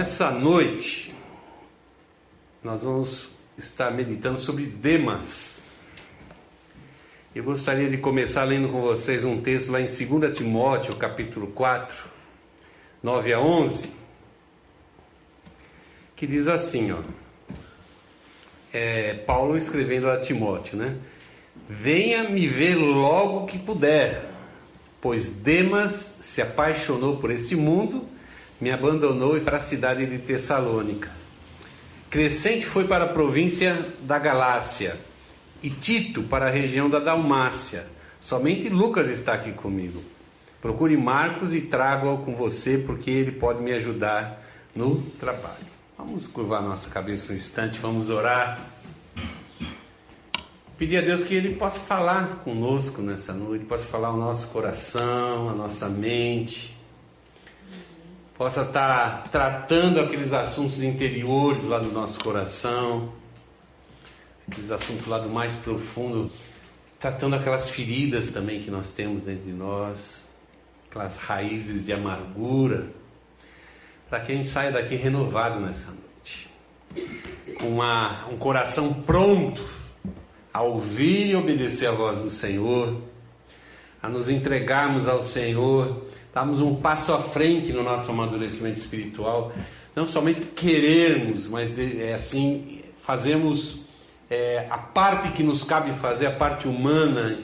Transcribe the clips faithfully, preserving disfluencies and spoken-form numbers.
Nessa noite, nós vamos estar meditando sobre Demas. Eu gostaria de começar lendo com vocês um texto lá em dois Timóteo, capítulo quatro, nove a onze, que diz assim, ó, é, Paulo escrevendo a Timóteo, né? Venha me ver logo que puder, pois Demas se apaixonou por este mundo, me abandonou e foi para a cidade de Tessalônica. Crescente foi para a província da Galácia e Tito para a região da Dalmácia. Somente Lucas está aqui comigo. Procure Marcos e traga-o com você, porque ele pode me ajudar no trabalho. Vamos curvar nossa cabeça um instante, vamos orar. Pedir a Deus que Ele possa falar conosco nessa noite, possa falar o nosso coração, a nossa mente, possa estar tratando aqueles assuntos interiores lá do nosso coração, aqueles assuntos lá do mais profundo, tratando aquelas feridas também que nós temos dentro de nós, aquelas raízes de amargura, para que a gente saia daqui renovado nessa noite, com uma, um coração pronto a ouvir e obedecer a voz do Senhor, a nos entregarmos ao Senhor, darmos um passo à frente no nosso amadurecimento espiritual, não somente querermos, mas de, é, assim, fazemos é, a parte que nos cabe fazer, a parte humana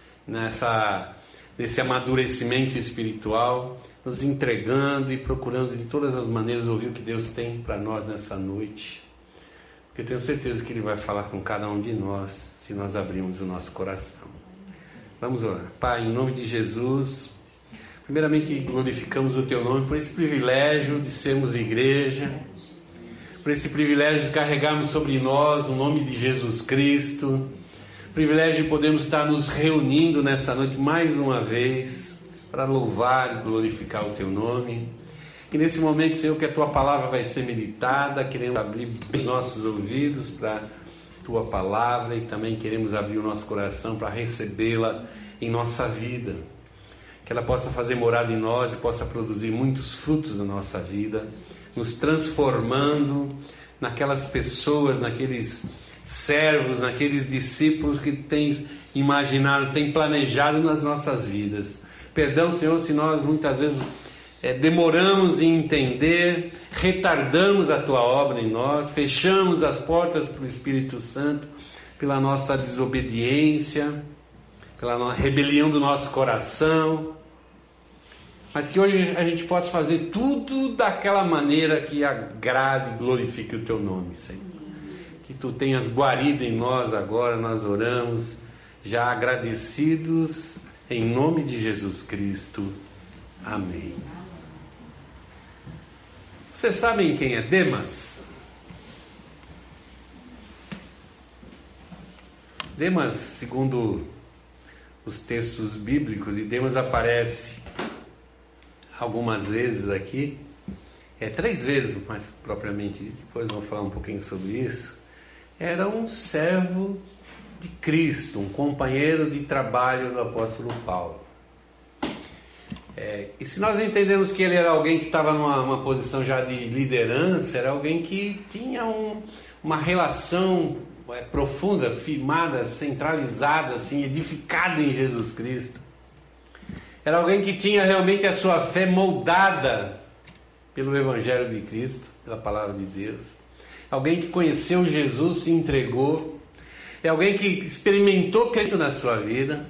nessa, nesse amadurecimento espiritual, nos entregando e procurando de todas as maneiras ouvir o que Deus tem para nós nessa noite. Porque eu tenho certeza que Ele vai falar com cada um de nós, se nós abrirmos o nosso coração. Vamos orar. Pai, em nome de Jesus, primeiramente glorificamos o Teu nome por esse privilégio de sermos igreja, por esse privilégio de carregarmos sobre nós o nome de Jesus Cristo, privilégio de podermos estar nos reunindo nessa noite mais uma vez, para louvar e glorificar o Teu nome. E nesse momento, Senhor, que a Tua palavra vai ser meditada, queremos abrir os nossos ouvidos para a Tua palavra e também queremos abrir o nosso coração para recebê-la em nossa vida. Que ela possa fazer morada em nós e possa produzir muitos frutos na nossa vida, nos transformando naquelas pessoas, naqueles servos, naqueles discípulos que tens imaginado, tens planejado nas nossas vidas. Perdão, Senhor, se nós muitas vezes É, demoramos em entender, retardamos a Tua obra em nós, fechamos as portas para o Espírito Santo pela nossa desobediência, pela no... rebelião do nosso coração, mas que hoje a gente possa fazer tudo daquela maneira que agrade e glorifique o Teu nome, Senhor. Que Tu tenhas guarido em nós agora, nós oramos, já agradecidos, em nome de Jesus Cristo. Amém. Vocês sabem quem é Demas? Demas, segundo os textos bíblicos, e Demas aparece algumas vezes aqui, é três vezes mais propriamente, depois vamos falar um pouquinho sobre isso. Era um servo de Cristo, um companheiro de trabalho do apóstolo Paulo. É, e se nós entendemos que ele era alguém que estava numa uma posição já de liderança, era alguém que tinha um, uma relação é, profunda, firmada, centralizada, assim, edificada em Jesus Cristo. Era alguém que tinha realmente a sua fé moldada pelo Evangelho de Cristo, pela Palavra de Deus. Alguém que conheceu Jesus, se entregou. É alguém que experimentou Cristo na sua vida.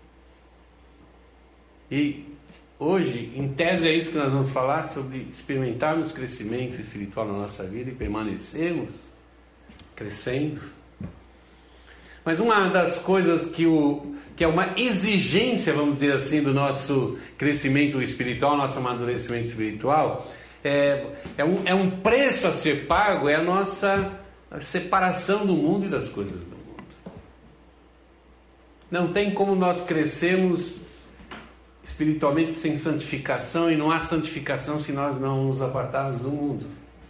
E hoje, em tese, é isso que nós vamos falar, sobre experimentarmos crescimento espiritual na nossa vida e permanecermos crescendo. Mas uma das coisas que, o, que é uma exigência, vamos dizer assim, do nosso crescimento espiritual, nosso amadurecimento espiritual, é, é, um, é um preço a ser pago, é a nossa separação do mundo e das coisas do mundo. Não tem como nós crescermos espiritualmente sem santificação, e não há santificação se nós não nos apartarmos do mundo.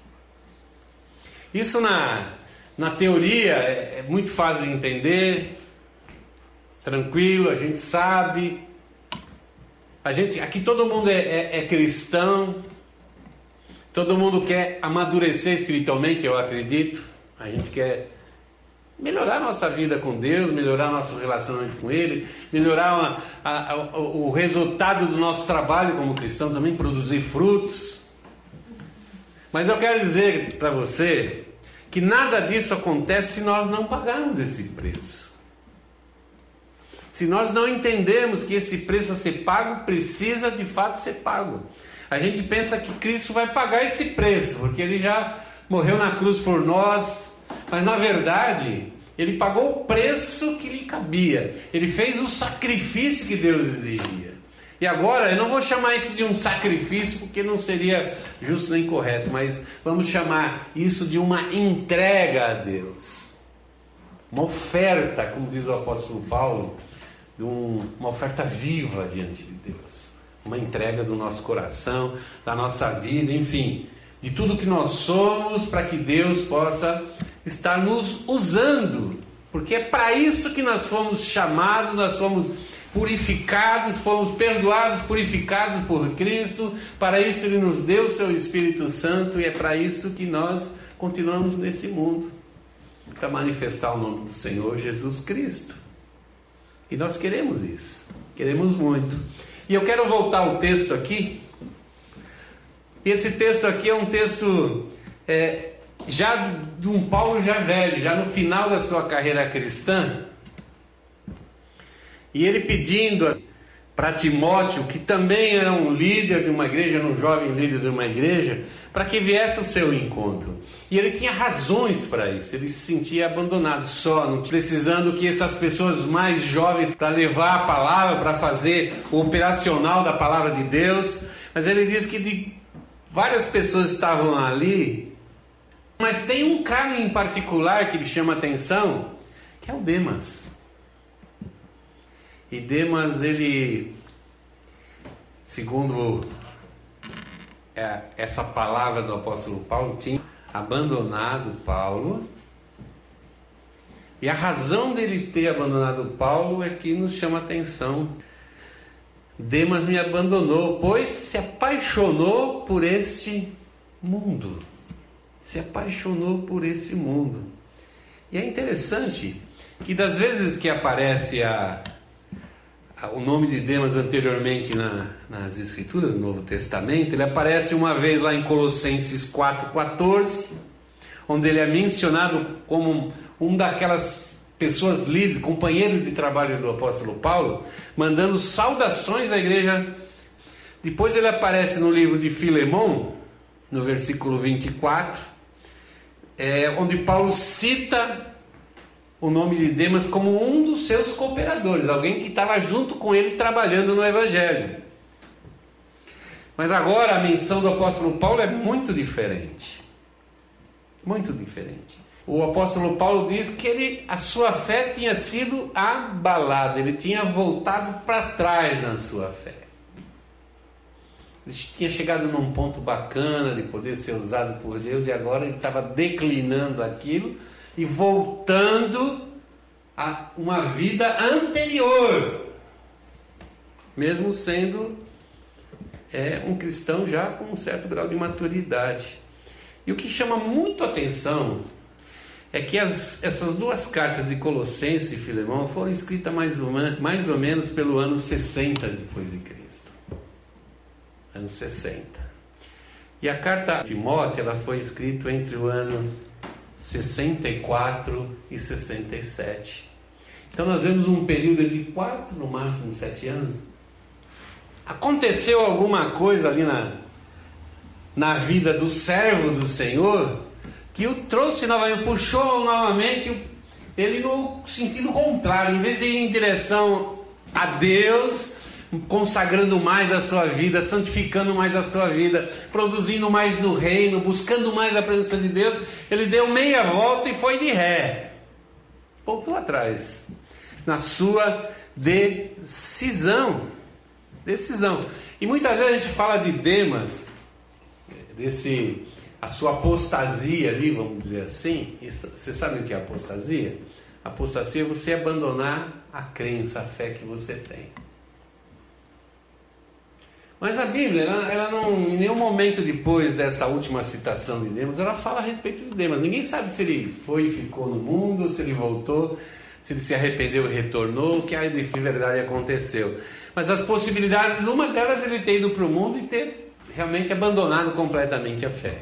Isso na, na teoria é, é muito fácil de entender, tranquilo, a gente sabe, a gente, aqui todo mundo é, é, é cristão, Todo mundo quer amadurecer espiritualmente, eu acredito. A gente quer melhorar a nossa vida com Deus, melhorar nosso relacionamento com Ele, melhorar a, a, a, o resultado do nosso trabalho como cristão também, produzir frutos. Mas eu quero dizer para você que nada disso acontece se nós não pagarmos esse preço. Se nós não entendermos que esse preço a ser pago precisa de fato ser pago. A gente pensa que Cristo vai pagar esse preço, porque Ele já morreu na cruz por nós, mas na verdade Ele pagou o preço que lhe cabia. Ele fez o sacrifício que Deus exigia. E agora, eu não vou chamar isso de um sacrifício, porque não seria justo nem correto, mas vamos chamar isso de uma entrega a Deus. Uma oferta, como diz o apóstolo Paulo, de um, uma oferta viva diante de Deus. Uma entrega do nosso coração, da nossa vida, enfim, de tudo que nós somos, para que Deus possa estar nos usando, porque é para isso que nós fomos chamados, nós fomos purificados, fomos perdoados, purificados por Cristo. Para isso Ele nos deu o seu Espírito Santo, e é para isso que nós continuamos nesse mundo, para manifestar o nome do Senhor Jesus Cristo. E nós queremos isso, queremos muito. E eu quero voltar ao texto aqui. Esse texto aqui é um texto é, já de um Paulo já velho, já no final da sua carreira cristã. E ele pedindo para Timóteo, que também era um líder de uma igreja, um jovem líder de uma igreja, para que viesse ao seu encontro. E ele tinha razões para isso. Ele se sentia abandonado, só, não precisando que essas pessoas mais jovens para levar a palavra, para fazer o operacional da palavra de Deus. Mas ele diz que de várias pessoas estavam ali, mas tem um cara em particular que lhe chama a atenção, que é o Demas. E Demas, ele, segundo essa palavra do apóstolo Paulo, tinha abandonado Paulo. E a razão dele ter abandonado Paulo é que nos chama a atenção. Demas me abandonou, pois se apaixonou por este mundo. Se apaixonou por esse mundo. E é interessante que das vezes que aparece a, a, o nome de Demas anteriormente na, nas Escrituras do Novo Testamento, ele aparece uma vez lá em Colossenses quatro, quatorze, onde ele é mencionado como um daquelas pessoas líderes, companheiros de trabalho do apóstolo Paulo, mandando saudações à igreja. Depois ele aparece no livro de Filemão, no versículo vinte e quatro, é, onde Paulo cita o nome de Demas como um dos seus cooperadores, alguém que estava junto com ele trabalhando no Evangelho. Mas agora a menção do apóstolo Paulo é muito diferente. Muito diferente. O apóstolo Paulo diz que ele, a sua fé tinha sido abalada, ele tinha voltado para trás na sua fé. Ele tinha chegado num ponto bacana de poder ser usado por Deus, e agora ele estava declinando aquilo e voltando a uma vida anterior, mesmo sendo é, um cristão já com um certo grau de maturidade. E o que chama muito a atenção é que as, essas duas cartas de Colossenses e Filemão foram escritas mais ou, mais ou menos pelo ano sessenta depois de Cristo. Ano sessenta. E a carta de Timóteo, ela foi escrita entre o ano sessenta e quatro e sessenta e sete. Então nós vemos um período de quatro, no máximo sete anos. Aconteceu alguma coisa ali na, na vida do servo do Senhor, que o trouxe novamente, puxou novamente ele no sentido contrário. Em vez de ir em direção a Deus, consagrando mais a sua vida, santificando mais a sua vida, produzindo mais no reino, buscando mais a presença de Deus, ele deu meia volta e foi de ré. Voltou atrás na sua decisão. Decisão. E muitas vezes a gente fala de Demas, desse... a sua apostasia ali, vamos dizer assim. Isso, você sabe o que é apostasia? Apostasia é você abandonar a crença, a fé que você tem. Mas a Bíblia, ela, ela não, em nenhum momento depois dessa última citação de Demas, ela fala a respeito de Demas. Ninguém sabe se ele foi e ficou no mundo, se ele voltou, se ele se arrependeu e retornou, o que de verdade aconteceu. Mas as possibilidades, uma delas ele ter ido para o mundo e ter realmente abandonado completamente a fé.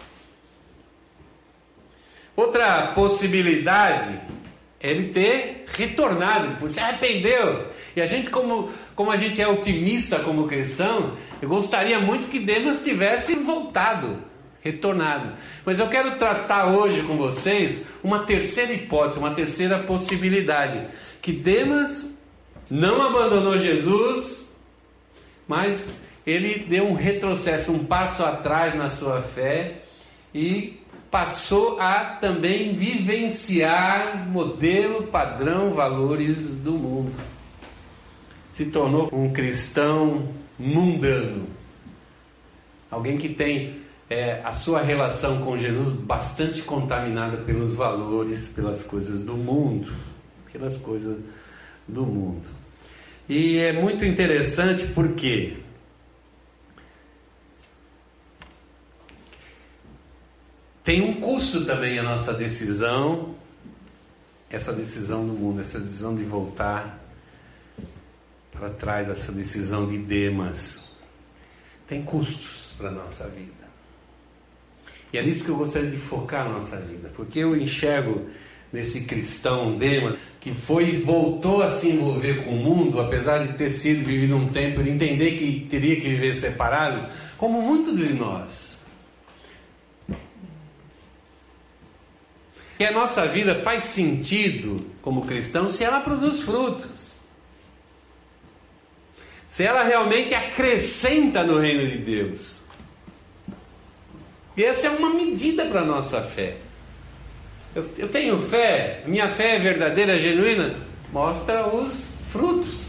Outra possibilidade é ele ter retornado, se arrependeu. E a gente, como, como a gente é otimista como cristão, eu gostaria muito que Demas tivesse voltado, retornado. Mas eu quero tratar hoje com vocês uma terceira hipótese, uma terceira possibilidade. Que Demas não abandonou Jesus, mas ele deu um retrocesso, um passo atrás na sua fé e passou a também vivenciar modelo, padrão, valores do mundo. Se tornou um cristão mundano. Alguém que tem é, a sua relação com Jesus bastante contaminada pelos valores, pelas coisas do mundo. Pelas coisas do mundo. E é muito interessante porque tem um custo também a nossa decisão, essa decisão do mundo, essa decisão de voltar para trás, essa decisão de Demas. Tem custos para a nossa vida. E é nisso que eu gostaria de focar a nossa vida, porque eu enxergo nesse cristão Demas, que foi, voltou a se envolver com o mundo, apesar de ter sido vivido um tempo, ele entender que teria que viver separado, como muitos de nós. Que a nossa vida faz sentido como cristão se ela produz frutos. Se ela realmente acrescenta no reino de Deus. E essa é uma medida para a nossa fé. Eu, eu tenho fé, minha fé é verdadeira, genuína, mostra os frutos.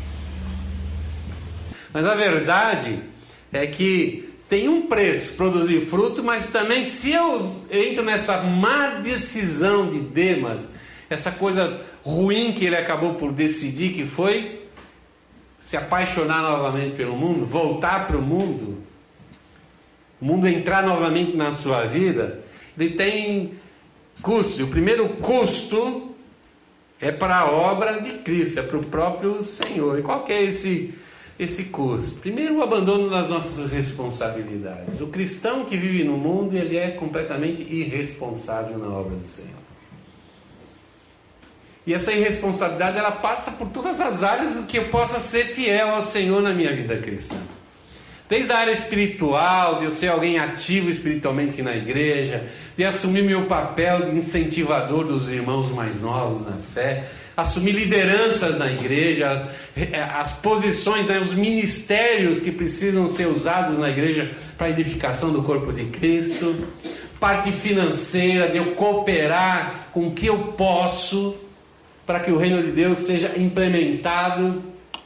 Mas a verdade é que tem um preço produzir fruto, mas também se eu entro nessa má decisão de Demas, essa coisa ruim que ele acabou por decidir, que foi se apaixonar novamente pelo mundo, voltar para o mundo, o mundo entrar novamente na sua vida, ele tem custo. O primeiro custo é para a obra de Cristo, é para o próprio Senhor. E qual que é esse, esse custo? Primeiro, o abandono das nossas responsabilidades. O cristão que vive no mundo, ele é completamente irresponsável na obra do Senhor. E essa irresponsabilidade, ela passa por todas as áreas do que eu possa ser fiel ao Senhor na minha vida cristã. Desde a área espiritual, de eu ser alguém ativo espiritualmente na igreja, de assumir meu papel de incentivador dos irmãos mais novos na fé, assumir lideranças na igreja, as, as posições, né, os ministérios que precisam ser usados na igreja para a edificação do corpo de Cristo, parte financeira, de eu cooperar com o que eu posso para que o reino de Deus seja implementado.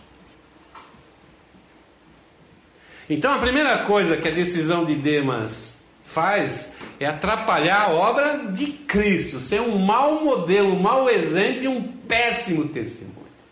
Então a primeira coisa que a decisão de Demas faz é atrapalhar a obra de Cristo, ser um mau modelo, um mau exemplo e um péssimo testemunho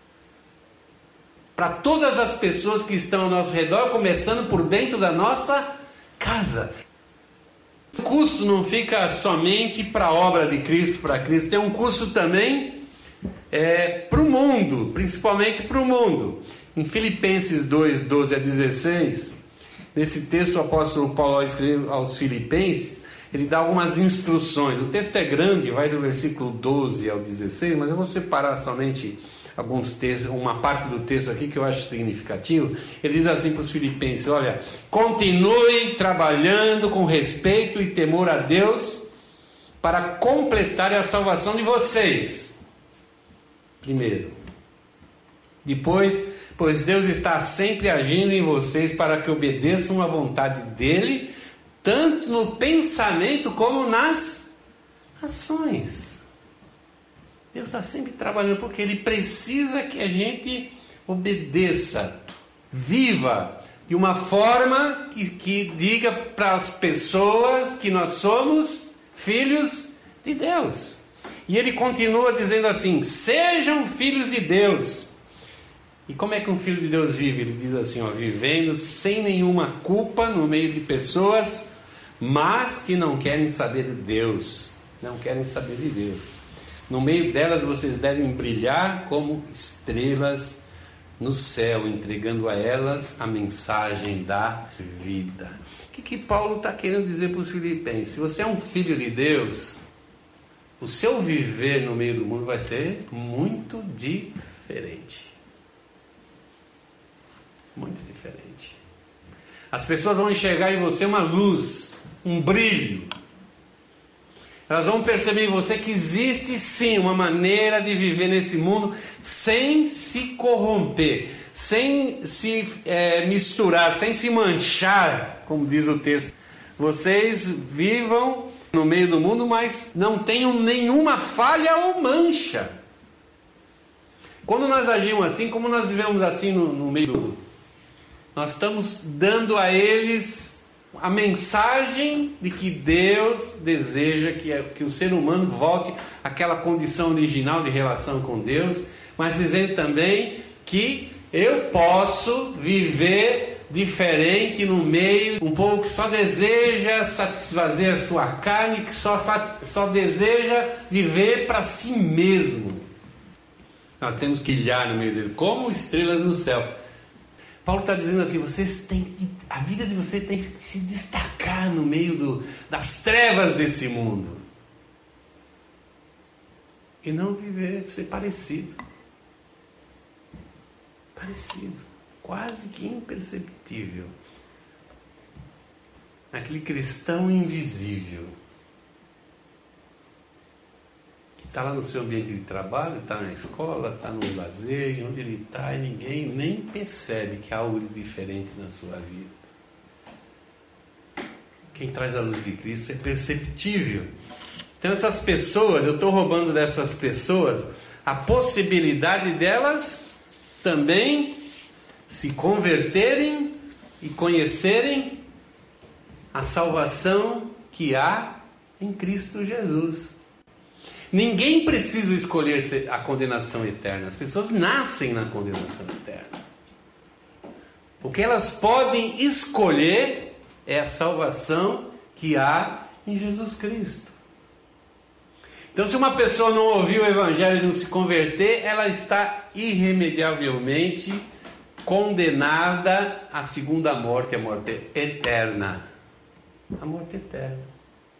para todas as pessoas que estão ao nosso redor, começando por dentro da nossa casa. O custo não fica somente para a obra de Cristo, para Cristo, tem um custo também é, para o mundo, principalmente para o mundo. Em Filipenses dois, doze a dezesseis, nesse texto o apóstolo Paulo escreve aos Filipenses, ele dá algumas instruções. O texto é grande, vai do versículo doze ao dezesseis, mas eu vou separar somente alguns textos, uma parte do texto aqui que eu acho significativo. Ele diz assim para os Filipenses: olha, continue trabalhando com respeito e temor a Deus para completar a salvação de vocês. Primeiro. Depois, pois Deus está sempre agindo em vocês para que obedeçam à vontade dele, tanto no pensamento como nas ações. Deus está sempre trabalhando porque Ele precisa que a gente obedeça, viva de uma forma que, que diga para as pessoas que nós somos filhos de Deus. E Ele continua dizendo assim: sejam filhos de Deus. E como é que um filho de Deus vive? Ele diz assim, ó, vivendo sem nenhuma culpa no meio de pessoas, mas que não querem saber de Deus. Não querem saber de Deus. No meio delas vocês devem brilhar como estrelas no céu, entregando a elas a mensagem da vida. O que, que Paulo está querendo dizer para os filipenses? Se você é um filho de Deus, o seu viver no meio do mundo vai ser muito diferente. Muito diferente. As pessoas vão enxergar em você uma luz, um brilho. Elas vão perceber em você que existe sim uma maneira de viver nesse mundo sem se corromper, sem se é, misturar, sem se manchar, como diz o texto. Vocês vivam no meio do mundo, mas não tenham nenhuma falha ou mancha. Quando nós agimos assim, como nós vivemos assim no, no meio do mundo, nós estamos dando a eles a mensagem de que Deus deseja que, que o ser humano volte àquela condição original de relação com Deus, mas dizendo também que eu posso viver diferente no meio, um povo que só deseja satisfazer a sua carne, que só, só deseja viver para si mesmo. Nós temos que ilhar no meio dele, como estrelas no céu. Paulo está dizendo assim, vocês têm que, a vida de vocês tem que se destacar no meio do, das trevas desse mundo. E não viver, ser parecido. Parecido. Quase que imperceptível. Aquele cristão invisível. Está lá no seu ambiente de trabalho, está na escola, está no lazer, onde ele está, e ninguém nem percebe que há algo de diferente na sua vida. Quem traz a luz de Cristo é perceptível. Então essas pessoas, eu estou roubando dessas pessoas a possibilidade delas também se converterem e conhecerem a salvação que há em Cristo Jesus. Ninguém precisa escolher a condenação eterna. As pessoas nascem na condenação eterna. O que elas podem escolher é a salvação que há em Jesus Cristo. Então, se uma pessoa não ouvir o Evangelho e não se converter, ela está irremediavelmente condenada à segunda morte, a morte eterna. A morte eterna.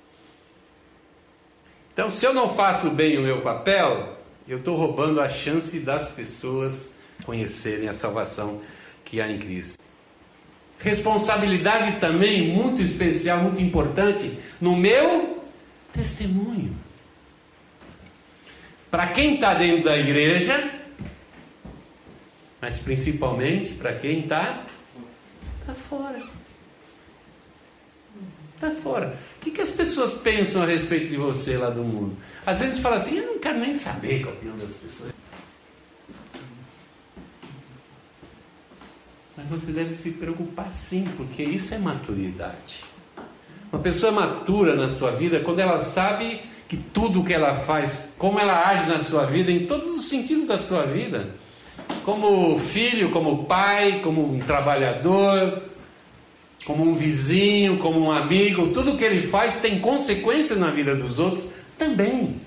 Então, se eu não faço bem o meu papel, eu estou roubando a chance das pessoas conhecerem a salvação que há em Cristo. Responsabilidade também muito especial, muito importante, no meu testemunho. Para quem está dentro da igreja, mas principalmente para quem está tá fora. Está fora. O que, que as pessoas pensam a respeito de você lá do mundo? Às vezes a gente fala assim, eu não quero nem saber qual é a opinião das pessoas. Mas você deve se preocupar sim, porque isso é maturidade. Uma pessoa matura na sua vida quando ela sabe que tudo o que ela faz, como ela age na sua vida, em todos os sentidos da sua vida, como filho, como pai, como um trabalhador, como um vizinho, como um amigo, tudo que ele faz tem consequências na vida dos outros também.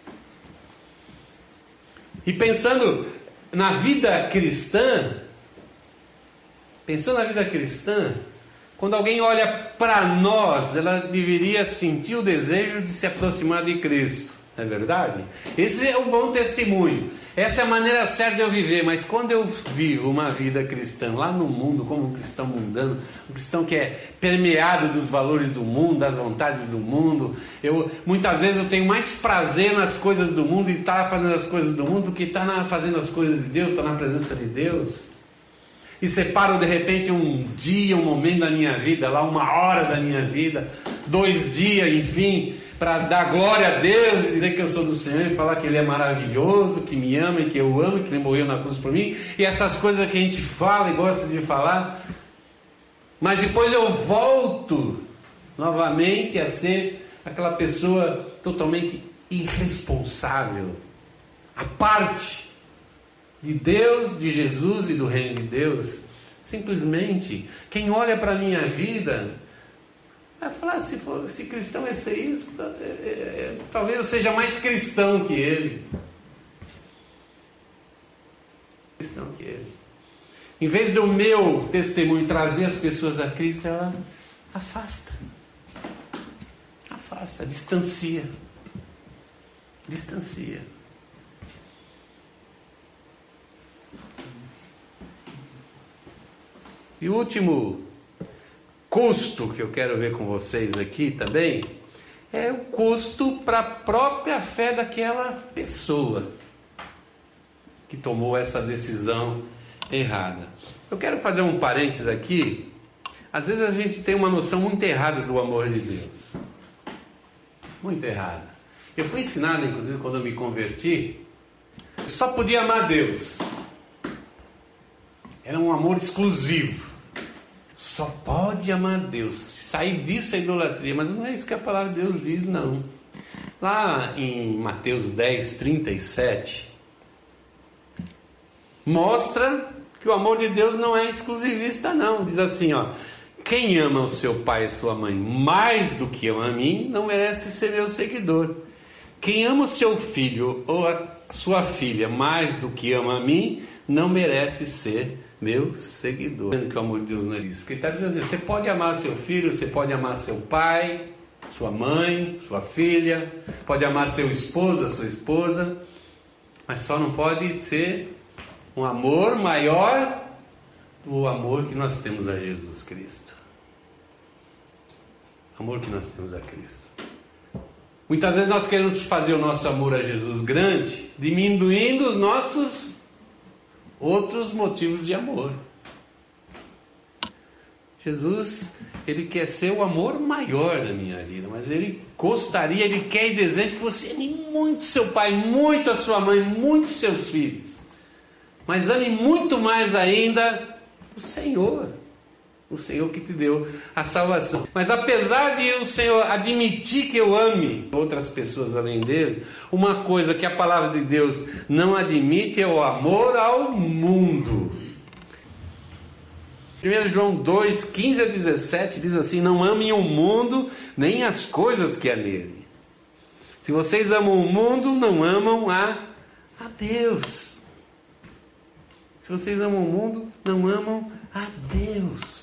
E pensando na vida cristã, pensando na vida cristã, quando alguém olha para nós, ela deveria sentir o desejo de se aproximar de Cristo, não é verdade? Esse é o bom testemunho, essa é a maneira certa de eu viver. Mas quando eu vivo uma vida cristã lá no mundo, como um cristão mundano, um cristão que é permeado dos valores do mundo, das vontades do mundo, eu, muitas vezes eu tenho mais prazer nas coisas do mundo e estar fazendo as coisas do mundo do que estar fazendo as coisas de Deus, estar na presença de Deus. E separo de repente um dia, um momento da minha vida, lá uma hora da minha vida, dois dias, enfim, para dar glória a Deus e dizer que eu sou do Senhor e falar que Ele é maravilhoso, que me ama e que eu amo, que Ele morreu na cruz por mim, e essas coisas que a gente fala e gosta de falar. Mas depois eu volto novamente a ser aquela pessoa totalmente irresponsável, à parte de Deus, de Jesus e do reino de Deus, simplesmente, quem olha para a minha vida, vai falar, se, for, se cristão é isso, é, é, é, talvez eu seja mais cristão que ele. Cristão que ele. Em vez do meu testemunho trazer as pessoas a Cristo, ela afasta. Afasta, distancia. Distancia. E o último custo que eu quero ver com vocês aqui também é o custo para a própria fé daquela pessoa que tomou essa decisão errada. Eu quero fazer um parênteses aqui. Às vezes a gente tem uma noção muito errada do amor de Deus. Muito errada. Eu fui ensinado, inclusive, quando eu me converti, eu só podia amar Deus. Era um amor exclusivo. Só pode amar Deus. Sair disso é idolatria, mas não é isso que a palavra de Deus diz, não. Lá em Mateus dez, trinta e sete, mostra que o amor de Deus não é exclusivista, não. Diz assim, ó: quem ama o seu pai e sua mãe mais do que ama a mim, não merece ser meu seguidor. Quem ama o seu filho ou a sua filha mais do que ama a mim, não merece ser meu seguidor. Dizendo que o amor de Deus não é isso. Porque ele está dizendo assim, você pode amar seu filho, você pode amar seu pai, sua mãe, sua filha, pode amar seu esposo, a sua esposa, mas só não pode ser um amor maior do amor que nós temos a Jesus Cristo. Amor que nós temos a Cristo. Muitas vezes nós queremos fazer o nosso amor a Jesus grande, diminuindo os nossos outros motivos de amor. Jesus, ele quer ser o amor maior da minha vida, mas ele gostaria, ele quer e deseja que você ame muito seu pai, muito a sua mãe, muito seus filhos, mas ame muito mais ainda o Senhor, o Senhor que te deu a salvação. Mas apesar de o Senhor admitir que eu ame outras pessoas além dele, uma coisa que a palavra de Deus não admite é o amor ao mundo. primeiro João dois, quinze a dezessete diz assim: não amem o mundo, nem as coisas que há nele. Se vocês amam o mundo, não amam a, a Deus. Se vocês amam o mundo, não amam a Deus.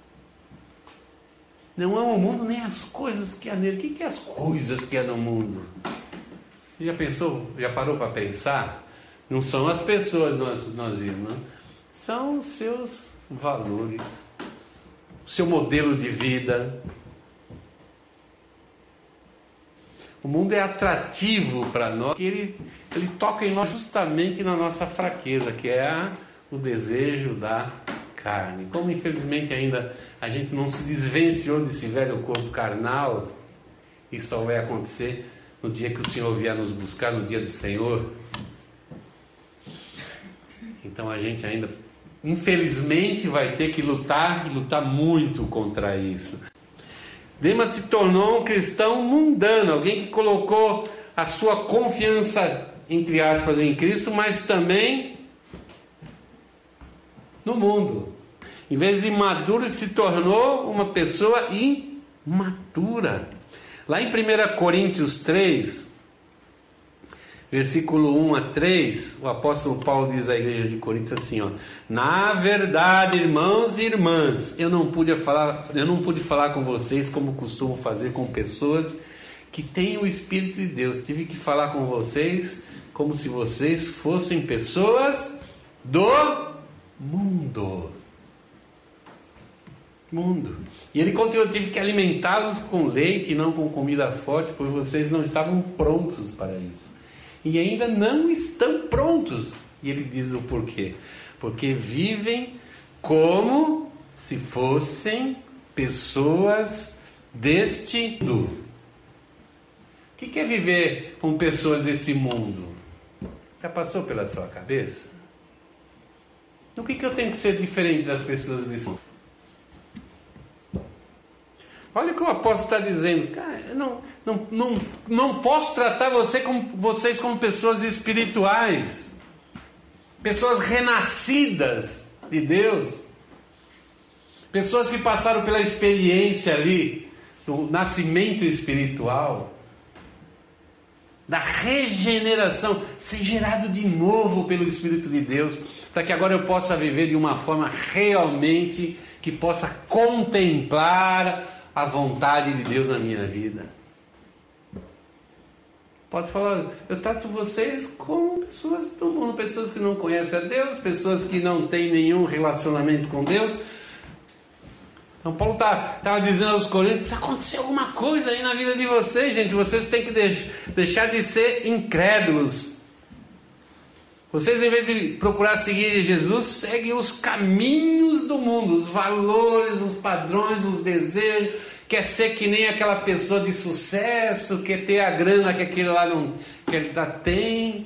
Não amam o mundo, nem as coisas que há nele. O que é as coisas que há no mundo? Você já pensou, já parou para pensar? Não são as pessoas nós, nós vimos, não? São os seus valores, o seu modelo de vida. O mundo é atrativo para nós, porque ele, ele toca em nós justamente na nossa fraqueza, que é a, o desejo da carne. Como infelizmente ainda a gente não se desvencilhou desse velho corpo carnal, isso só vai acontecer no dia que o Senhor vier nos buscar, no dia do Senhor. Então a gente ainda, infelizmente, vai ter que lutar, lutar muito contra isso. Demas se tornou um cristão mundano, alguém que colocou a sua confiança, entre aspas, em Cristo, mas também no mundo. Em vez de maduro, se tornou uma pessoa imatura. Lá em primeira Coríntios três, versículo um a três, o apóstolo Paulo diz à igreja de Corinto assim, ó: na verdade, irmãos e irmãs, eu não pude falar, eu não pude falar com vocês como costumo fazer com pessoas que têm o Espírito de Deus. Tive que falar com vocês como se vocês fossem pessoas do mundo. Mundo. E ele continuou: tive que alimentá-los com leite e não com comida forte, porque vocês não estavam prontos para isso. E ainda não estão prontos. E ele diz o porquê. Porque vivem como se fossem pessoas deste mundo. O que é viver com pessoas desse mundo? Já passou pela sua cabeça? O que, que eu tenho que ser diferente das pessoas desse mundo? Olha o que o apóstolo está dizendo. Cara, eu não, não, não, não posso tratar você como, vocês como pessoas espirituais. pessoas renascidas de Deus, pessoas que passaram pela experiência ali, do nascimento espiritual, da regeneração, ser gerado de novo pelo Espírito de Deus, para que agora eu possa viver de uma forma realmente que possa contemplar a vontade de Deus na minha vida. Posso falar, eu trato vocês como pessoas do mundo, pessoas que não conhecem a Deus, pessoas que não têm nenhum relacionamento com Deus. Então Paulo estava tá, dizendo aos Coríntios, precisa acontecer alguma coisa aí na vida de vocês, gente. Vocês têm que deix, deixar de ser incrédulos. Vocês, em vez de procurar seguir Jesus, seguem os caminhos do mundo, os valores, os padrões, os desejos. Quer ser que nem aquela pessoa de sucesso, quer ter a grana que aquele lá não, que ele já tem.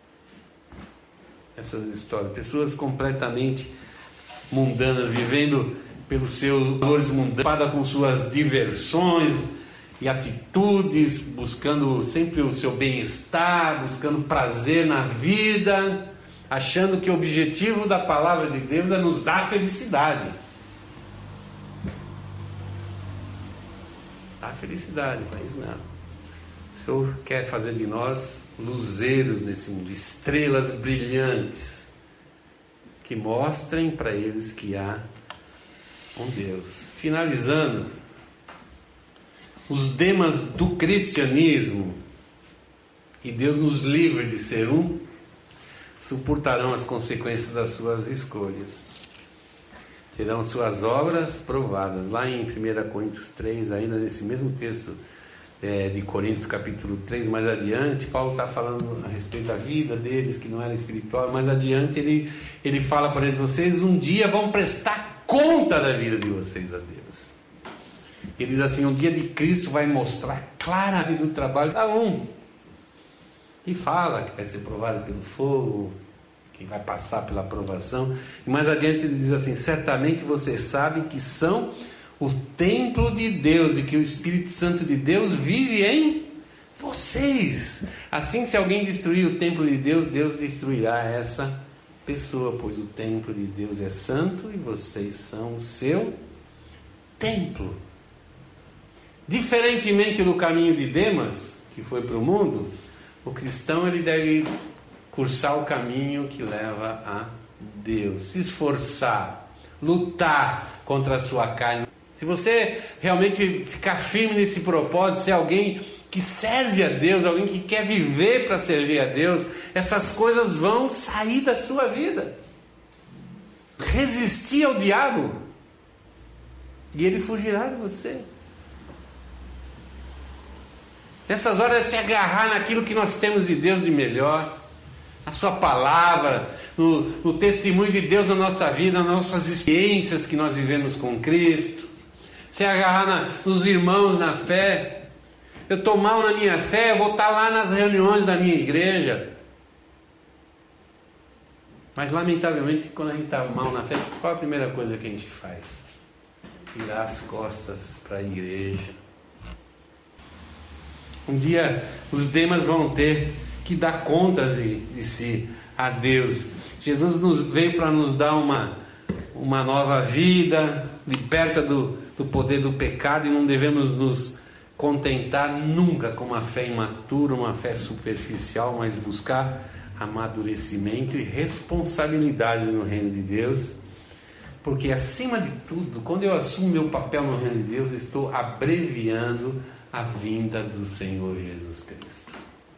Essas histórias, pessoas completamente mundanas, vivendo pelos seus valores mundanos, com suas diversões e atitudes, buscando sempre o seu bem-estar, buscando prazer na vida, achando que o objetivo da palavra de Deus é nos dar felicidade. Dar felicidade, mas não. O Senhor quer fazer de nós luzeiros nesse mundo, estrelas brilhantes, que mostrem para eles que há um Deus. Finalizando, os demas do cristianismo, e Deus nos livre de ser um, suportarão as consequências das suas escolhas, terão suas obras provadas. Lá em primeira Coríntios três, ainda nesse mesmo texto é, de Coríntios capítulo três, mais adiante, Paulo está falando a respeito da vida deles, que não era espiritual. Mais adiante ele, ele fala para eles, vocês um dia vão prestar conta da vida de vocês a Deus. Ele diz assim, o dia de Cristo vai mostrar claramente o trabalho da um, e fala que vai ser provado pelo fogo, quem vai passar pela provação. E mais adiante ele diz assim, certamente vocês sabem que são o templo de Deus e que o Espírito Santo de Deus vive em vocês. Assim, se alguém destruir o templo de Deus, Deus destruirá essa pessoa, pois o templo de Deus é santo e vocês são o seu templo. Diferentemente do caminho de Demas, que foi para o mundo, o cristão ele deve cursar o caminho que leva a Deus, se esforçar, lutar contra a sua carne. Se você realmente ficar firme nesse propósito, ser alguém que serve a Deus, alguém que quer viver para servir a Deus, essas coisas vão sair da sua vida. Resistir ao diabo e ele fugirá de você. Nessas horas é se agarrar naquilo que nós temos de Deus de melhor, a sua palavra, no, no testemunho de Deus na nossa vida, nas nossas experiências que nós vivemos com Cristo, se agarrar na, nos irmãos na fé. Eu estou mal na minha fé, eu vou estar lá nas reuniões da minha igreja. Mas lamentavelmente, quando a gente está mal na fé, qual a primeira coisa que a gente faz? Virar as costas para a igreja. Um dia os demas vão ter que dar contas de, de si a Deus. Jesus nos, veio para nos dar uma, uma nova vida, liberta do, do poder do pecado, e não devemos nos contentar nunca com uma fé imatura, uma fé superficial, mas buscar amadurecimento e responsabilidade no reino de Deus, porque acima de tudo, quando eu assumo meu papel no reino de Deus, estou abreviando a vinda do Senhor Jesus Cristo.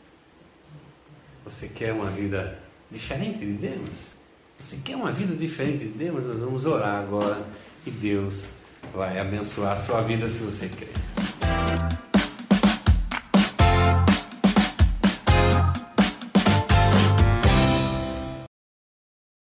Você quer uma vida diferente de Deus? Você quer uma vida diferente de Deus? Nós vamos orar agora e Deus vai abençoar a sua vida se você crer.